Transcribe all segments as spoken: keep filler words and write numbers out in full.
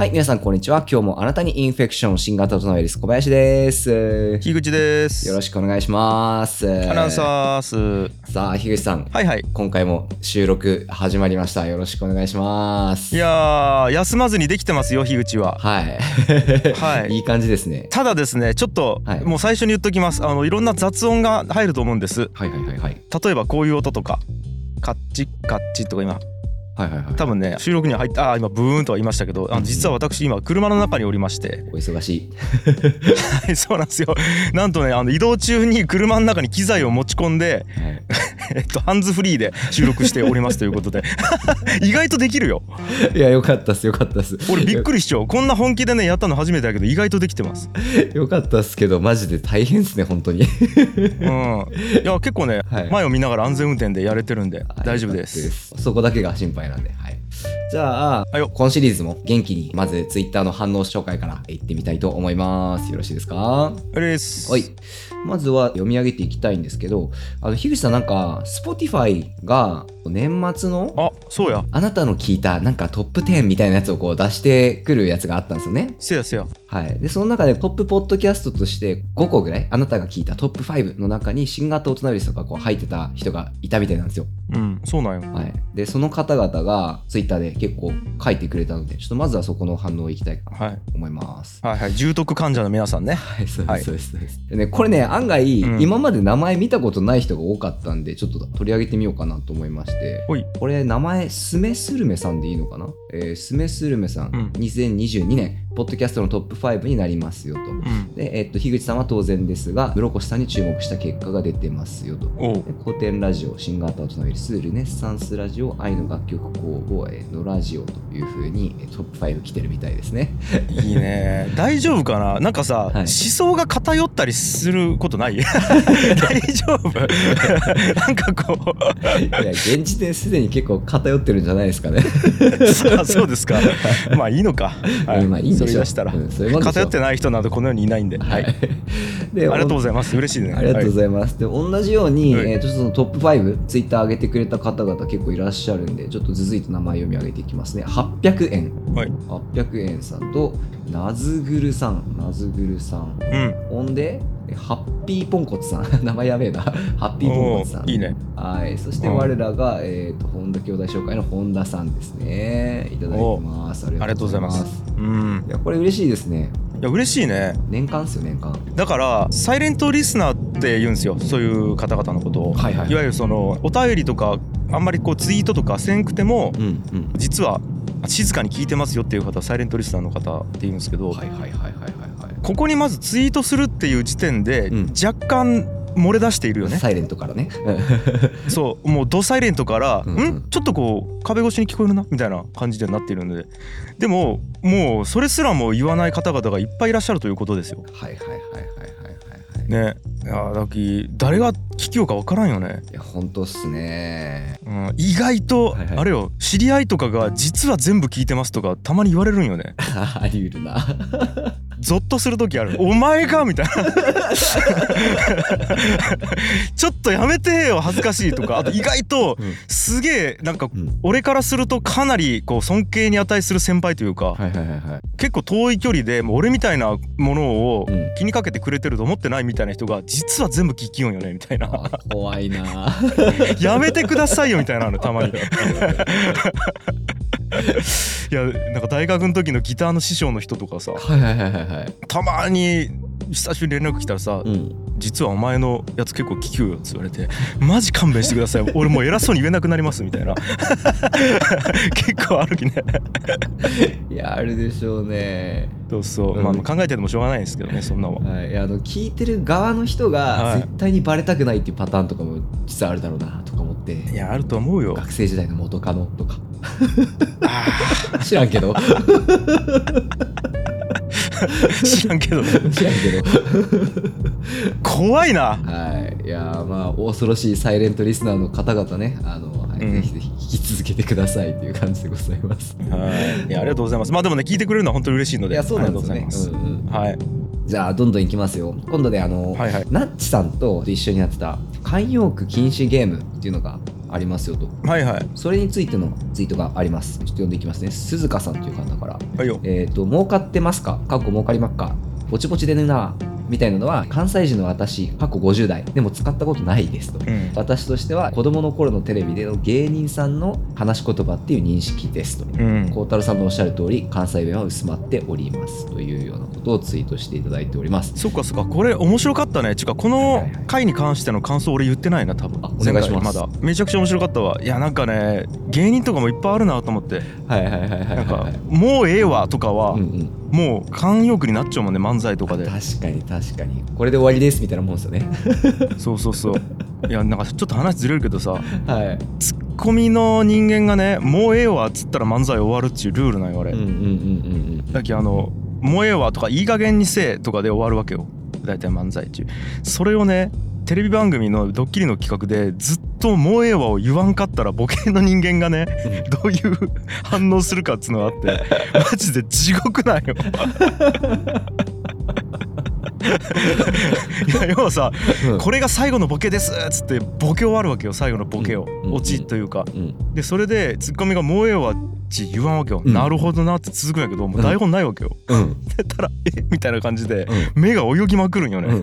はい、皆さんこんにちは。今日もあなたにインフェクション新型コロナウイルス小林です。 樋口です。 よろしくお願いします。 アナウンサーす。 さあ、樋口さん。 はいはい。 今回も収録始まりました。よろしくお願いします。 いやー、休まずにできてますよ、樋口は。 はい。はい。いい感じですね。 ただですね、ちょっと、はい、もう最初に言っときます。あのいろんな雑音が入ると思うんです。 はいはいはいはい。 例えばこういう音とか、カッチカッチとか今。 はいはいはい、 多分ね収録には入ってあ今ブーンとは言いましたけど、あの実は私今車の中におりまして、 お忙しいはいそうなんですよ。なんとねあの移動中に車の中に機材を持ち込んで、はい、えっとハンズフリーで収録しておりますということで意外とできるよ。 いやよかったっすよかったっす。 俺びっくりしちゃう。こんな本気でねやったの初めてだけど意外とできてます。 よかったっすけどマジで大変っすね本当に。 うんいや結構ね、はい、前を見ながら安全運転でやれてるんで大丈夫です。 そこだけが心配なんで、はい、じゃあ今シリーズも元気にまずツイッターの反応紹介からいってみたいと思います。よろしいですか？ です。 はい。まずは読み上げていきたいんですけど、あの樋口さんなんか Spotify が年末のあそうやあなたの聞いたなんかトップじゅうみたいなやつをこう出してくるやつがあったんですよね。 せやせや。 はい。でその中でトップポッドキャストとしてごこぐらいあなたが聞いたトップごの中に新型オトナウイルスとかこう入ってた人がいたみたいなんですよ。 うんそうなんよ。 はい。でその方々が Twitter で結構書いてくれたので、ちょっとまずはそこの反応いきたいかなと思います。 はい、はいはい重篤患者の皆さんね。 はいそうですそうです、はい、でねこれね案外、うん、今まで名前見たことない人が多かったんでちょっと取り上げてみようかなと思いまして、これ名前スメスルメさんでいいのかな、えー、スメスルメさん、うん、にせんにじゅうにねんポッドキャストのトップごになりますよと、うん、で、えー、っと樋口さんは当然ですが室越さんに注目した結果が出てますよと。で古典ラジオ新型オトナウイルスルネッサンスラジオ愛の楽曲工房のラジオという風にトップご来てるみたいですね。 いいね。大丈夫かな。なんかさ、はい、思想が偏ったりすることない大丈夫なんかこういや現時点すでに結構偏ってるんじゃないですかね。 あそうですか。まあいいのか、はい、まあいいんでしょう。それ出したら、うん、そ偏ってない人などこの世にいないんで、はい、でありがとうございます。嬉しいね。 ありがとうございます、はい、で同じように、はいえー、ちょっとそのトップごツイッター上げてくれた方々結構いらっしゃるんでちょっと続いて名前読み上げていきますね。はっぴゃくえん、はい、はっぴゃくえんさんとナズグルさんナズグルさん、うん、ほんでハッピーポンコツさん名前やべえなハッピーポンコツさんいいね。 はい、そして我らが、えー、と本田兄弟紹介の本田さんですね。いただいてます。ありがとうございます。うん、いやこれ嬉しいですね。 いや嬉しいね。 年間っすよ年間。 だからサイレントリスナーって言うんですよ、そういう方々のことを、はいはいはい、いわゆるそのお便りとかあんまりこうツイートとかせんくても、うんうん、実は静かに聞いてますよっていう方はサイレントリスナーの方って言うんですけど、はいはいはいはいはい、ここにまずツイートするっていう時点で、うん、若干漏れ出しているよね。 サイレントからねそうもうドサイレントから、うんうん、んちょっとこう壁越しに聞こえるなみたいな感じでなっているので、でももうそれすらも言わない方々がいっぱいいらっしゃるということですよ。 はいはいはいはいはいはいね。いやだき誰が聞きようか分からんよね。 いや本当っすね、 うん、意外と、はいはい、あれよ知り合いとかが実は全部聞いてますとかたまに言われるんよね。 あり得るなゾッとする時ある。お前かみたいなちょっとやめてよ恥ずかしいとか、あと意外とすげえなんか俺からするとかなりこう尊敬に値する先輩というか、結構遠い距離でもう俺みたいなものを気にかけてくれてると思ってないみたいな人が実は全部聞きよんよねみたいな。 怖いなやめてくださいよみたいなのたまにいやなんか大学の時のギターの師匠の人とかさ、はいはいはいはい、たまに久しぶりに連絡来たらさ、うん、実はお前のやつ結構聞くよって言われてマジ勘弁してください俺もう偉そうに言えなくなりますみたいな結構あるきねいやあるでしょうね。 そうそう、うん、まあ考えててもしょうがないんですけどねそんなのは、 はい、あの聞いてる側の人が絶対にバレたくないっていうパターンとかも実はあるだろうなとか思って、 いやあると思うよ。 学生時代の元カノとかあ知らんけど知らんけど知らんけど怖いな。 はい、いやまあ恐ろしいサイレントリスナーの方々ね、あの、はい、うん、ぜひぜひ聞き続けてくださいという感じでございます。 はい、いやありがとうございます。まあでもね聞いてくれるのは本当に嬉しいので、 いやそうなんですね。うんうん、はい。じゃあどんどんいきますよ。今度であの、はいはい、ナッチさんと一緒にやってた慣用句禁止ゲームっていうのがありますよと。 はいはい。 それについてのツイートがあります。ちょっと読んでいきますね。鈴鹿さんという方から。 はいよ。 えっと、儲かってますか？かっこ儲かりまっか？ぼちぼちでぬな。みたいなのは関西人の私過去ごじゅう代でも使ったことないですと、うん、私としては子供の頃のテレビでの芸人さんの話し言葉っていう認識ですと、孝太郎さんのおっしゃる通り関西弁は薄まっておりますというようなことをツイートしていただいております。 そっかそっか、これ面白かったね。ちかこの回に関しての感想俺言ってないな多分。 あ、お願いします。 まだめちゃくちゃ面白かったわ。いやなんかね芸人とかもいっぱいあるなと思って。 はいはいはいはい、はい、なんかもうええわとかは、うんうん、もう慣用句になっちゃうもんね、漫才とかで。 確かに確かに、これで終わりですみたいなもんですよね。 そうそうそう。いやなんかちょっと話ずれるけどさ、 はい、 ツッコミの人間がねもうええわっつったら漫才終わるっていうルールなんよあれ。うんうんうんうん。だけどあのもうええわとかいい加減にせえとかで終わるわけよ大体漫才中。それをねテレビ番組のドッキリの企画でずっともうええわを言わんかったらボケの人間がね、うん、どういう反応するかっつうのがあってマジで地獄なんよ。いや要はさ、うん、これが最後のボケですっつってボケ終わるわけよ、最後のボケを、うん、オチというか、うん、でそれでツッコミがもうええわって言わんわけよ、うん、なるほどなって続くんやけどもう台本ないわけよ、うん、だったらえみたいな感じで、うん、目が泳ぎまくるんよね。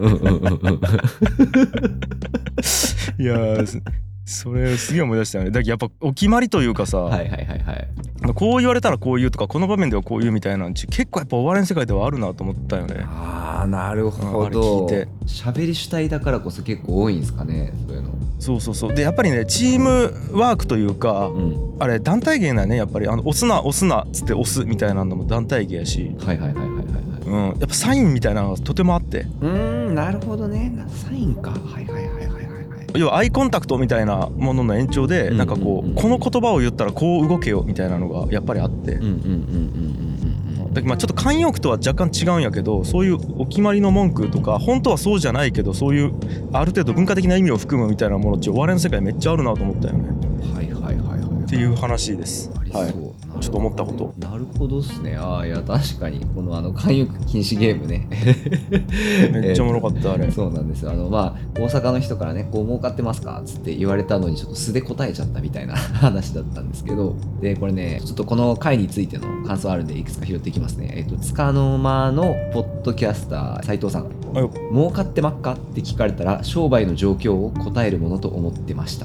いやそれすげえ思い出したよね。だけどやっぱお決まりというかさ、はいはいはいはい、こう言われたらこう言うとかこの場面ではこう言うみたいな結構やっぱお笑いの世界ではあるなと思ったよね。 ああなるほど。喋り主体だからこそ結構多いんですかねそういうの。 そうそうそう。でやっぱりねチームワークというか、うん、あれ団体芸だねやっぱり。あの押すな押すなっつって押すみたいなのも団体芸やし、はいはいはいはいはい、うん、やっぱサインみたいなのがとてもあって。 うーんなるほどね、サインか。はいはいはいはいはい。 要はアイコンタクトみたいなものの延長でなんかこうこの言葉を言ったらこう動けよみたいなのがやっぱりあって、だからまあちょっと慣用句とは若干違うんやけど、そういうお決まりの文句とか本当はそうじゃないけどそういうある程度文化的な意味を含むみたいなものってお笑いの世界めっちゃあるなと思ったよね。 はいはいはいはい。っていう話です。はい。ちょっと思ったこと。 なるほどですね。ああいや確かにこのあの慣用句禁止ゲームね。 めっちゃおもろかったあれ。 そうなんですよ。あのまあ大阪の人からねこう儲かってますかっつって言われたのにちょっと素で答えちゃったみたいな話だったんですけど、でこれねちょっとこの回についての感想あるんでいくつか拾っていきますね。えっとつかの間のポッドキャスター斉藤さん。儲かってまっかって聞かれたら商売の状況を答えるものと思ってました。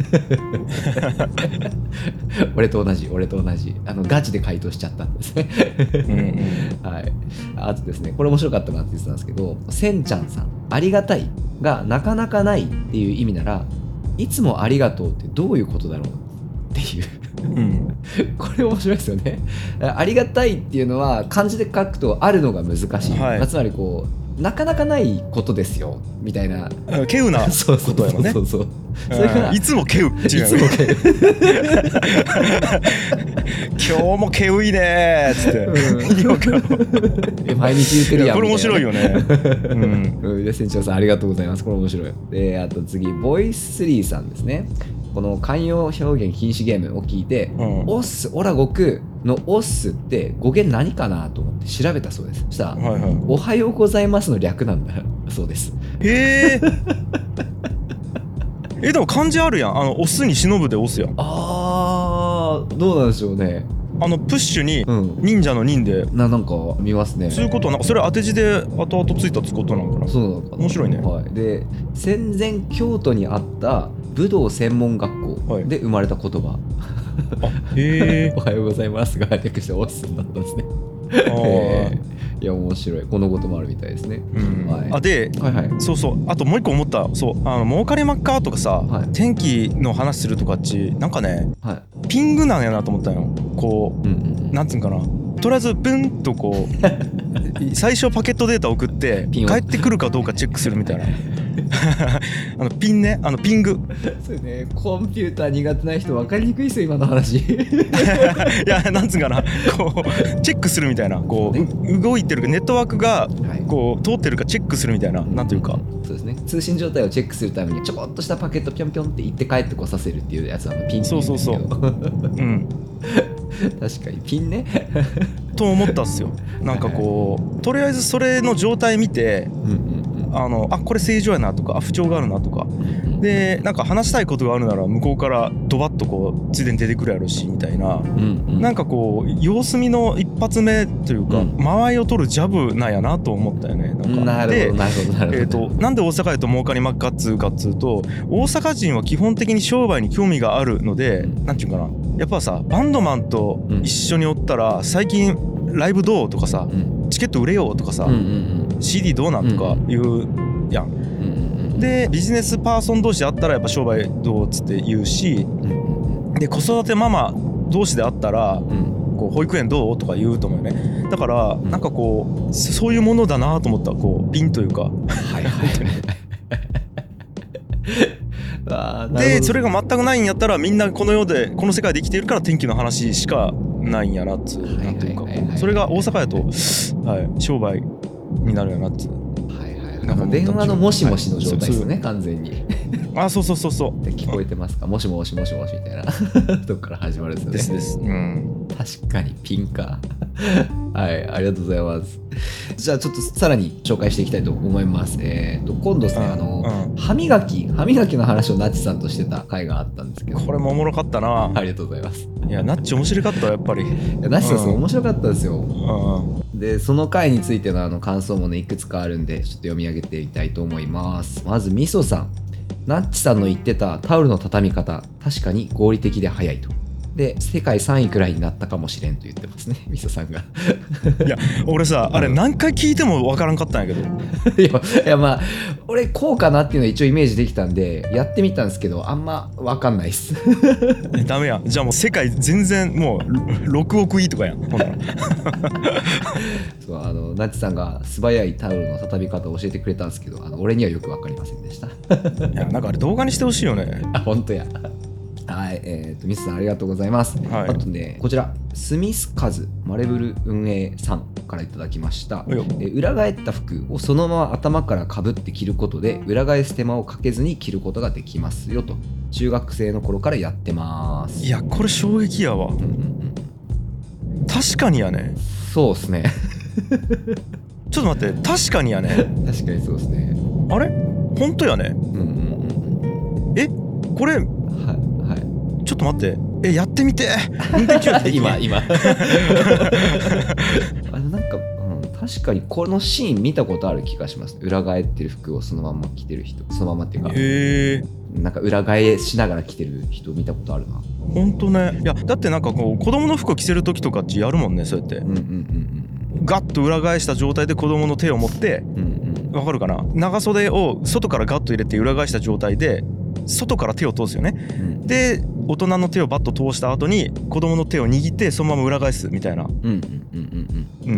俺と同じ俺と同じあのガチで回答しちゃったんですね。うん、はい。あとですねこれ面白かったなって言ってたんですけど、せんちゃんさんありがたいがなかなかないっていう意味ならいつもありがとうってどういうことだろうっていう、うん、これ面白いですよね。ありがたいっていうのは漢字で書くとあるのが難しい、はい、つまりこうなかなかないことですよみたいな稀有なことやもんね。 そうそうそうそう。 それからいつも稀有。いつも稀有。今日も稀有いねーっつって。 うん、毎日言ってるやん。 これ面白いよね。 うん。で船長さんありがとうございます。これ面白い。であと次ボイススリーさんですね。この慣用表現禁止ゲームを聞いて、うん、オッスオラゴクのオッスって語源何かなと思って調べたそうです。そしたら、はいはい、おはようございますの略なんだそうです。 へー。えでも漢字あるやん。あのオスに忍ぶでオスやん。 あーどうなんでしょうね。 あのプッシュに忍者の忍で、 うん、な, なんか見ますね。 そういうことはなんかそれ当て字で後々ついたってことなのかな。 そうなのかな。 面白いね。 はい、で戦前京都にあった武道専門学校で生まれた言葉、はい、あへおはようございますが略してオッスンだったんですね。あいや面白いこのこともあるみたいですね、うんはい、 あで、はいはい、そうそうあともう一個思った。そうあの儲かりまっかとかさ、はい、天気の話するとかっちなんかね、はい、ピングなんやなと思ったよ。こう、うんうんうん、なんつうんかなとりあえずプンとこう最初パケットデータ送って帰ってくるかどうかチェックするみたいな。あのピンねあのピング。 そうねコンピューター苦手な人分かりにくいですよ今の話。いやなんつうんかなこうチェックするみたいなこう、ね、動いてるかネットワークがこう通ってるかチェックするみたいな、はい、なんていうか、 そうですね通信状態をチェックするためにちょこっとしたパケットピョンピョンって行って帰ってこさせるっていうやつはピンって言うんですけど。そうそうそううん確かにピンねと思ったっすよ。なんかこうとりあえずそれの状態見て、うんうんうん、 あのあこれ正常やなとか、あ不調があるなとかで、なんか話したいことがあるなら向こうからドバッとこうついでに出てくるやろしみたいな、うんうん、なんかこう様子見の一発目というか、うん、間合いを取るジャブなんやなと思ったよね。なんかなるほどなるほどなるほど、えーと、なんで大阪やと儲かりまっかっつうかっつうと、大阪人は基本的に商売に興味があるので、うん、なんていうかな、やっぱさバンドマンと一緒におったら、最近ライブどうとかさ、うん、チケット売れようとかさ、うんうんうん、シーディー どうなんとか言うやん、うんうん、でビジネスパーソン同士であったらやっぱ商売どうっつって言うし、うん、で子育てママ同士であったら、うん、こう保育園どうとか言うと思うよね。だからなんかこうそういうものだなと思った、こうピンというかはいはいでそれが全くないんやったら、みんなこの世でこの世界で生きているから天気の話しかないんやなっつう、なんていうか、それが大阪やと、はい、商売になるやなっつう、 はいはい、なんか電話のもしもしの状態ですね、はい、完全にあ、そうそうそうそうって聞こえてますか、もしもしもしもしみたいなとこから始まるんですよね。 ですです、うん、 確かにピンかはい、ありがとうございます。じゃあちょっとさらに紹介していきたいと思います。えーと今度ですね、うん、あの、うん、歯磨き歯磨きの話をナッチさんとしてた回があったんですけど、 これもおもろかったな。 ありがとうございます。 いやナッチ面白かったやっぱり。いやナッチさん、うん、面白かったですよ、うん、でその回についてのあの感想もねいくつかあるんで、ちょっと読み上げてみたいと思います。まずみそさん、ナッチさんの言ってたタオルの畳み方、確かに合理的で早いと。で世界さんいくらいになったかもしれんと言ってますね、みそさんがいや俺さ、あれ何回聞いても分からんかったんやけどいや、いやまあ俺こうかなっていうのは一応イメージできたんでやってみたんですけど、あんま分かんないっすダメや、じゃあもう世界全然もうろくおくいとかやんほんならそう、あのナッチさんが素早いタオルの畳み方を教えてくれたんですけど、あの俺にはよく分かりませんでしたいやなんかあれ動画にしてほしいよね。 あ、本当やはい、えーとミスさんありがとうございます、はい、あとねこちらスミスカズマレブル運営さんからいただきました。えー、裏返った服をそのまま頭からかぶって着ることで裏返す手間をかけずに着ることができますよと、中学生の頃からやってます。 いやこれ衝撃やわ、うんうんうん、確かにやね。 そうですねちょっと待って、確かにやね確かにそうですね。 あれ本当やね、うんうんうん、えこれちょっと待って、えやってみて今今あのなんか、うん、確かにこのシーン見たことある気がします。裏返ってる服をそのまま着てる人、そのままっていうか、へー、なんか裏返しながら着てる人見たことあるな。 ほんとね。いやだってなんかこう子供の服を着せる時とかってやるもんね、そうやって、うんうんうんうん、ガッと裏返した状態で子供の手を持って、うんうん、わかるかな、長袖を外からガッと入れて裏返した状態で外から手を通すよね、うん、で大人の手をバッと通した後に子供の手を握ってそのまま裏返すみたいな、うんうんうんうん、うん、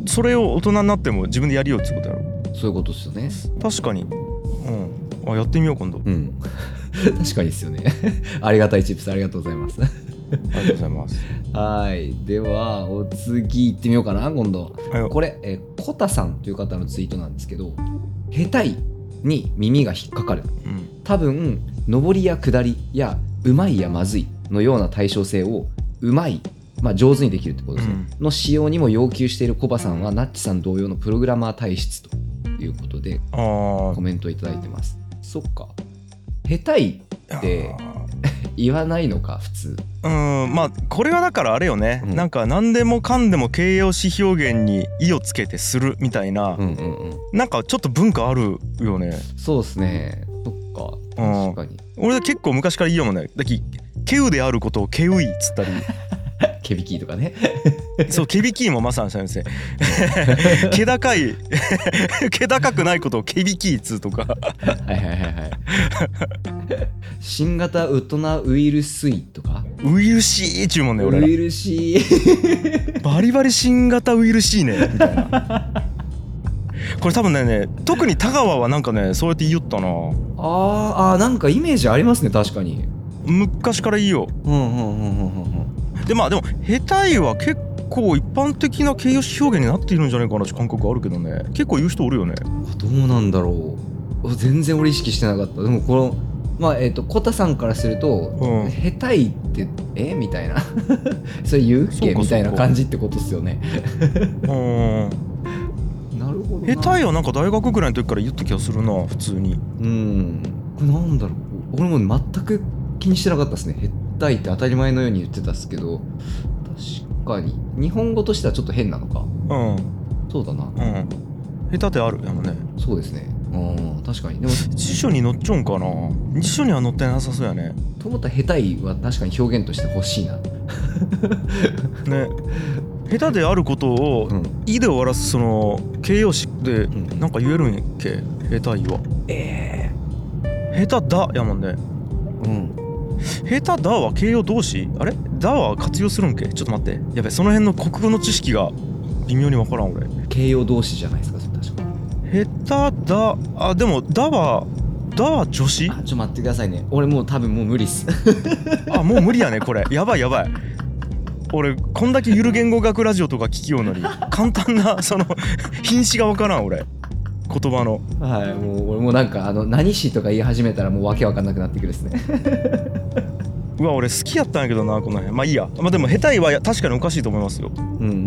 それを大人になっても自分でやりようってことやろ。 そういうことですよね。 確かに、うん、あやってみよう今度、うん、 確かにですよねありがたいチップスありがとうございますありがとうございます。 はい、ではお次行ってみようかな。今度これ、えー、コタさんという方のツイートなんですけど、下手いに耳が引っかかる、うん、多分上りや下りやうまいやまずいのような対称性をうまい、まあ、上手にできるってことですね、うん、の仕様にも要求しているコバさんはナッチさん同様のプログラマー体質ということでコメントいただいてます。そっか、下手いって言わないのか普通。 うん、まあこれはだからあれよね、うん、なんか何でもかんでも形容詞表現に意をつけてするみたいな、うんうんうん、なんかちょっと文化あるよね。 そうですね、そっか、確かに、 うん、俺は結構昔から言いよもんね。だきケウであることをケウイっつったりケビキーとかねそう、ケビキーもまさに先生気高い気高くないことをケビキーっつうとかはいはいはいはい新型ウトナウイルスイとかウイルシーっちゅうもんね俺ら。 ウイルシーバリバリ新型ウイルシーねみたいなこれ多分 ね, ね特に田川はなんかねそうやって言いよったなあーあー、なんかイメージありますね。確かに昔から言いよう。うんうんうんうんうんでまあでも下手いは結構一般的な形容詞表現になっているんじゃないかなって感覚あるけどね。結構言う人おるよね。 どうなんだろう、全然俺意識してなかった。でもこのまあえっ、ー、とコタさんからすると、うん、下手いってえみたいなそれ言うっけみたいな感じってことっすよねうんなるほど。 下手いはなんか大学ぐらいの時から言った気がするな普通に。 うん、これなんだろう、俺も全く気にしてなかったですね。下手いって当たり前のように言ってたっすけど、確かに日本語としてはちょっと変なのか。 うん、 そうだな、うん、 下手であるやもんね。 そうですね、うん、確かに。でも辞書に載っちゃうんかな。辞書には載ってなさそうやね。 と思ったら下手いは確かに表現として欲しいなね。下手であることを「い」で終わらすその形容詞でなんか言えるんやっけ、下手いは。 ええー、下手だやもんね。 うん。 下手だは形容動詞、あれだは活用するんけ。ちょっと待って、やべ、その辺の国語の知識が微妙に分からん俺。 形容動詞じゃないですか、それ確か。 下手だ、あ、でもだはだは助詞。 あ、ちょっと待ってくださいね、俺もう多分もう無理っすあ、もう無理やねこれ。やばいやばい。俺こんだけゆる言語学ラジオとか聞きようのに簡単なその品詞が分からん俺、言葉の。 はい、もう俺もなんかあの何詞とか言い始めたらもうわけわかんなくなってくるですねうわ、俺好きやったんやけどなこの辺。まあいいや。まあでも下手いは確かにおかしいと思いますよ。 うんうんうんうん。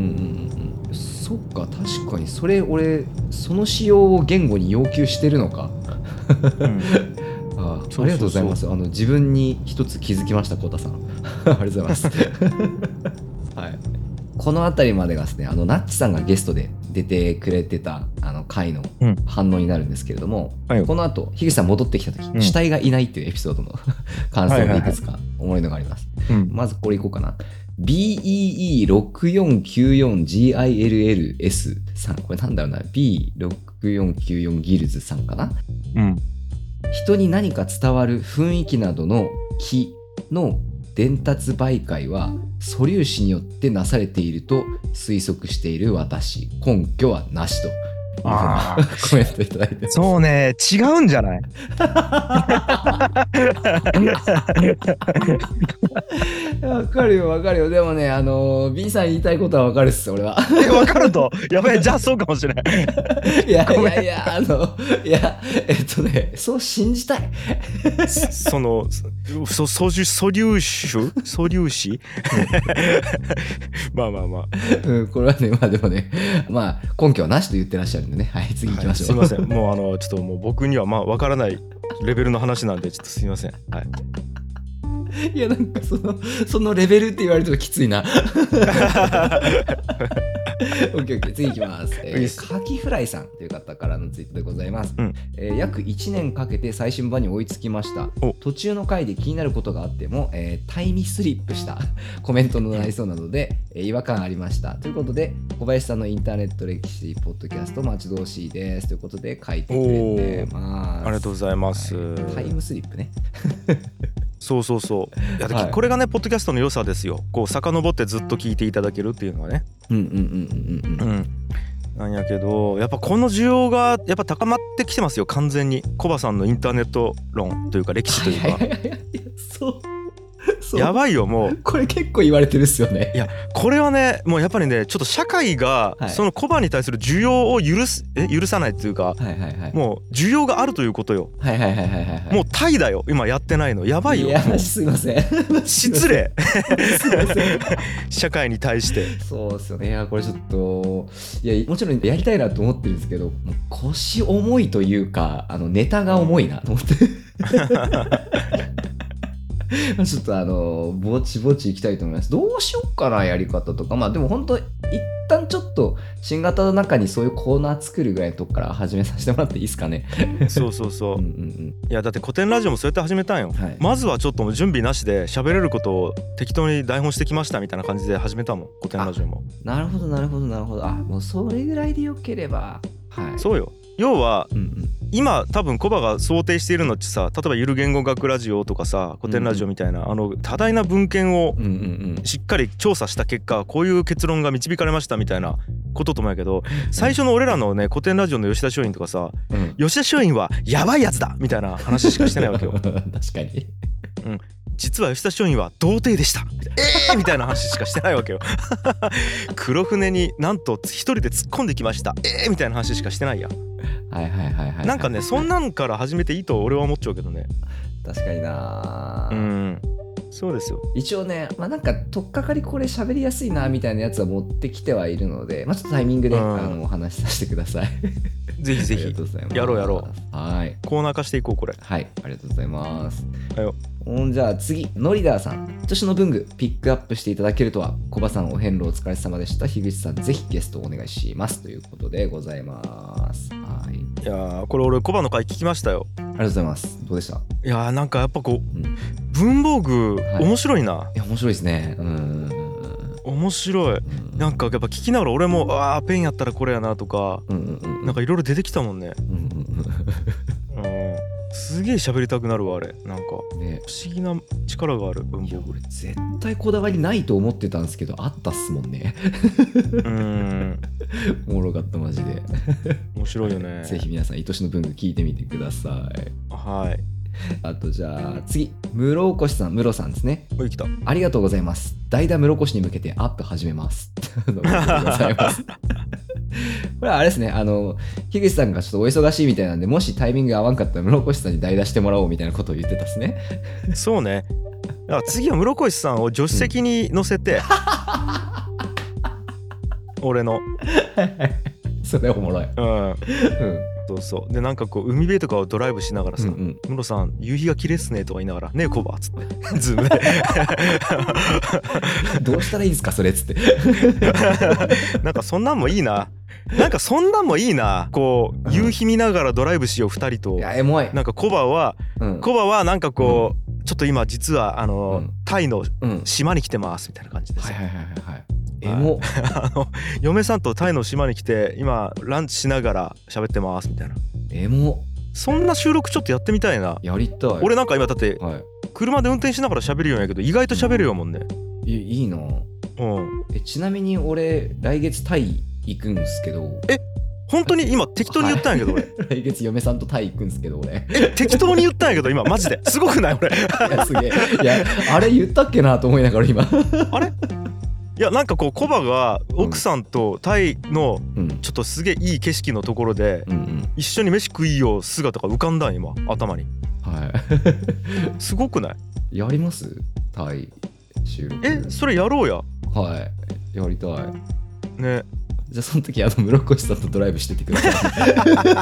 そっか、確かにそれ俺その仕様を言語に要求してるのかうん、あ, ありがとうございます。あの自分に一つ気づきました、コウタさんありがとうございますはい、この辺りまでがですね、あのナッチさんがゲストで出てくれてたあの回の反応になるんですけれども、うん、この後樋口さん戻ってきた時、うん、死体がいないっていうエピソードの感想がいくつかおもろいのがあります、はいはいはい、まずこれいこうかな。 ビーイーイーろくよんきゅうよんジーアイエルエルエス さん、これなんだろうな、 ビーろくよんきゅうよん ギルズさんかな。 うん。 人に何か伝わる雰囲気などの気の伝達媒介は素粒子によってなされていると推測している私、根拠はなしとあコメントいただいて。 そうね、違うんじゃないわかるよわかるよ。でもね、あのー、B さん言いたいことはわかるっす俺は。 え、わかるとやばい、じゃあそうかもしれないいやいやいや、あのいやえっとね、そう信じたいそのそ素粒子素粒子まあまあまあ、 うん、これはね、まあでもね、まあ根拠はなしと言ってらっしゃるんでね。はい、次行きましょう、 はい、すいません、もうあのちょっともう僕にはまあわからないレベルの話なんでちょっとすいません。はい。 いや、なんかそのそのレベルって言われるときついなオッケーオッケー、次いきます、えー、カキフライさんという方からのツイートでございます、うん、えー、約いちねんかけて最新版に追いつきました。途中の回で気になることがあっても、えー、タイムスリップしたコメントの内容なので、えー、違和感ありましたということで、小林さんのインターネット歴史ポッドキャスト待ち遠しいですということで書いてくれてます。 ありがとうございます、 はい、タイムスリップねそうそうそう。いや、はい、これがねポッドキャストの良さですよ。こう遡ってずっと聞いていただけるっていうのはね。 うんうんうんうんうん。うん、 なんやけど、やっぱこの需要がやっぱ高まってきてますよ完全に。コバさんのインターネット論というか歴史というか。はいはいはいはい、そうそうやばいよもう。 これ結構言われてるっすよね。 いやこれはねもうやっぱりねちょっと社会がそのコバに対する需要を許すえ許さないっていうか、はいはいはい、もう需要があるということよ。 はいはいはいはい、はい、 もうタイだよ今やってないの。やばいよ。 いやすいません失礼すいません社会に対して。 そうっすよね。いやこれちょっといやもちろんやりたいなと思ってるんですけど、もう腰重いというかあのネタが重いなと思ってちょっとあのぼちぼちいきたいと思います。どうしよっかなやり方とか。まあでも本当一旦ちょっと新型の中にそういうコーナー作るぐらいのとこから始めさせてもらっていいですかね。 そうそうそう、うんうんうん、いやだって古典ラジオもそうやって始めたんよ、はい、まずはちょっと準備なしで喋れることを適当に台本してきましたみたいな感じで始めたもん古典ラジオも。 なるほどなるほどなるほど。あもうそれぐらいでよければ、はい、 そうよ。要は、うんうん、今多分コバが想定しているのってさ、例えばゆる言語学ラジオとかさ古典ラジオみたいな、うんうん、あの多大な文献をしっかり調査した結果こういう結論が導かれましたみたいなことと思うんやけど、最初の俺らのね古典ラジオの吉田松陰とかさ、うん、吉田松陰はやばいやつだみたいな話しかしてないわけよ。 確かに、 うん、実は吉田松陰は童貞でしたえーみたいな話しかしてないわけよ。黒船になんと一人で突っ込んできましたえーみたいな話しかしてないや。 はいはいはいはい。 なんかねそんなんから始めていいと俺は思っちゃうけどね。 確かにな。 うん。 そうですよ。 一応ね、まあ、なんか取っかかりこれ喋りやすいなみたいなやつは持ってきてはいるので、まあ、ちょっとタイミングで、うん、あのお話しさせてください。 ぜひぜひやろうやろう。はい。 コーナー化していこうこれ。 はい、ありがとうございます。 はいよ。 じゃあ次、ノリダーさん。女子の文具ピックアップしていただけるとは、コバさんお遍路お疲れ様でした。樋口さんぜひゲストお願いしますということでございます。はい。 いやー、これ俺コバの回聞きましたよ。 ありがとうございます。どうでした？ いやー、なんかやっぱこう、うん、文房具、はい、面白いな。 いや面白いですね。うん。 面白い。うん、なんかやっぱ聞きながら俺もあーペンやったらこれやなとか、うんうんうん、なんかいろいろ出てきたもんね。うんうんうん。すげえ喋りたくなるわあれ。なんか、ね、不思議な力がある文房具。 俺絶対こだわりないと思ってたんですけど、あったっすもんね。うん。おもろかったマジで。 面白いよね。 ぜひ皆さん愛しの文具聞いてみてください。 はい。 あとじゃあ次、室おこしさん、室さんですね。 はい、来た。 ありがとうございます。代打室おこしに向けてアップ始めます。ありがとうございます。これはあれですね、あの樋口さんがちょっとお忙しいみたいなんで、もしタイミング合わんかったら室越さんに代打してもらおうみたいなことを言ってたっすね。 そうね。だから次は室越さんを助手席に乗せて、うん、俺のそれおもろい。うん、うん、 そうそうで、なんかこう海辺とかをドライブしながらさ、うんうん、室さん夕日が綺麗っすねとか言いながらねえコバっつってズームでどうしたらいいんですかそれっつってなんかそんなんもいいな。なんかそんなんもいいな。こう夕日見ながらドライブしようふたりと。 いやエモい。 なんかコバは、うん、コバはなんかこう、うん、ちょっと今実はあの、うん、タイの島に来てますみたいな感じです。 はいはいはいはい。エモ。 あの嫁さんとタイの島に来て今ランチしながら喋ってますみたいな。 エモ。 そんな収録ちょっとやってみたいな。 やりたい。 俺なんか今だって、はい、車で運転しながら喋るようやけど意外と喋るよもんね。 うん、い, いいな。うん。えちなみに俺来月タイ行くんですけど。 え本当に今適当に言ったんやけど俺、 はい、来月嫁さんとタイ行くんですけど俺え適当に言ったんやけど今マジですごくない俺。 いやすげえ。いやあれ言ったっけなと思いながら今あれいやなんかこうコバが奥さんとタイのちょっとすげえいい景色のところで一緒に飯食いよう姿が浮かんだん今頭に。 はいすごくない？ やりますタイ収録。 えそれやろうや。 はいやりたいね。 じゃあその時あの室越さんとドライブしててください。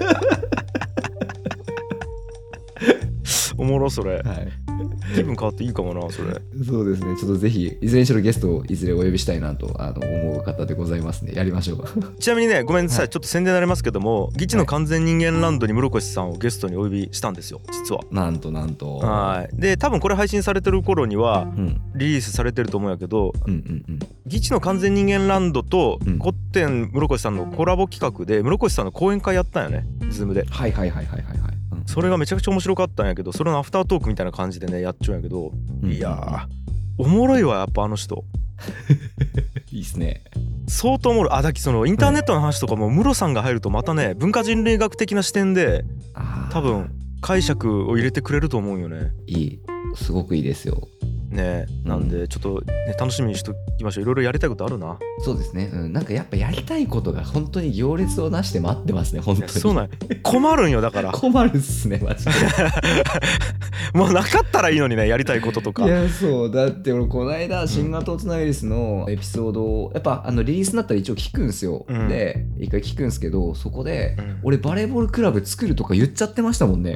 おもろそれ、はい、気分変わっていいかもなそれ。 そうですね。ちょっとぜひいずれにしろゲストをいずれお呼びしたいなとあの思う方でございますね。やりましょう。 ちなみにねごめんなさい、はい、ちょっと宣伝になりますけども、ギチの完全人間ランドに室越さんをゲストにお呼びしたんですよ実は。 なんとなんと。 はいで多分これ配信されてる頃にはリリースされてると思うんやけど、うんうんうん、ギチの完全人間ランドとコッテン室越さんのコラボ企画で室越さんの講演会やったんよねズームで。 はいはいはいはいはいはい。 それがめちゃくちゃ面白かったんやけど、それのアフタートークみたいな感じでねやっちゃうんやけど、うん、いやーおもろいわやっぱあの人。 いいっすね。 相当おもろい。あだきそのインターネットの話とかもムロさんが入るとまたね文化人類学的な視点で多分解釈を入れてくれると思うよね。 いいすごくいいですよね。なんでちょっと、ね、楽しみにしときましょう。いろいろやりたいことあるな。 そうですね、うん、なんかやっぱやりたいことが本当に行列をなして待ってますね本当に。 そうなん困るんよだから困るっすねマジで。 もうなかったらいいのにねやりたいこととか。 いやそうだって俺この間新型オツナウイルスのエピソードをやっぱあのリリースになったら一応聞くんすよ、うん、で一回聞くんすけどそこで、うん、俺バレーボールクラブ作るとか言っちゃってましたもんね。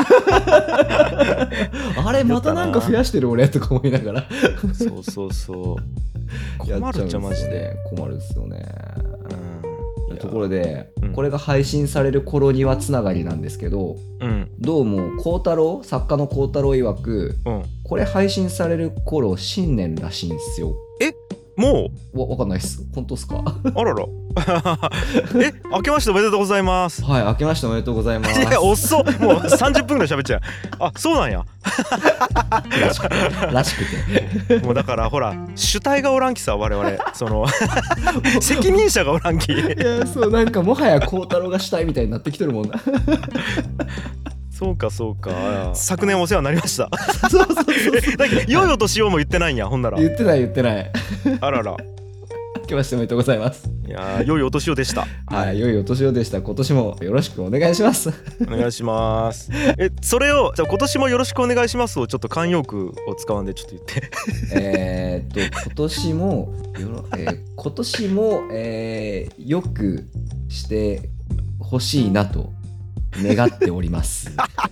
あれまたなんか増やしてる俺とか思いながら。 そうそうそう困るっちゃマジで困るっすよね、うん、ところで、うん、これが配信される頃にはつながりなんですけど、うん、どうも孝太郎作家の孝太郎曰く、うん、これ配信される頃新年らしいんですよ。 えもうわ、わかんないっす。本当っすか？ あらら。え、明けましておめでとうござまざいす。はい、明けましておめでとうございます。 いや、遅っ。もうさんじゅっぷんぐらい喋っちゃう。あ、そうなんや。 らしくて。らしくて。もうだからほら、主体がおらんきさ、我々。その責任者がおらんき。いや、そう、なんかもはや孝太郎が主体みたいになってきてるもんな。 そうかそうか。昨年お世話になりました。そうそうそうそう。だけど良いお年をも言ってないんやほんなら。 言ってない言ってない。 あらら。 明けましておめでとうございます。 いやー良いお年をでした。 はい、良いお年をでした。今年もよろしくお願いします。 お願いします。えそれをじゃあ今年もよろしくお願いしますをちょっと慣用句を使わんでちょっと言ってえっと今年もよろ、えー、今年も、えー、よくしてほしいなと願っております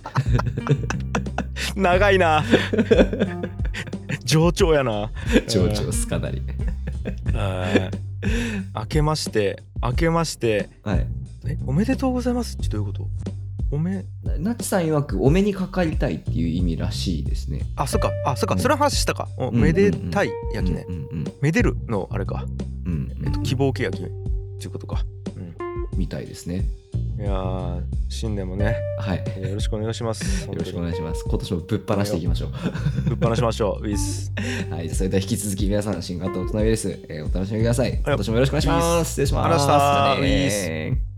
長いな上長やな。 上長すかなり明けまして明けまして、 はい、 えおめでとうございますってどういうこと？おめなちさん曰くお目にかかりたいっていう意味らしいですね。 あそっかあそっか、うん、それは話したか。おめでたいやきね、うんうんうん、めでるのあれか、うんうん、えっと、希望系やきっていうことか、 うん、みたいですね。 いや新年もね、 はい、 えー、よろしくお願いします。 よろしくお願いします。今年もぶっ放していきましょうぶっ放しましょうウィスはい、それでは引き続き皆さん新型大人ウイルス、えー、お楽しみください。今年もよろしくお願いします。失礼します。 ありがとうございました。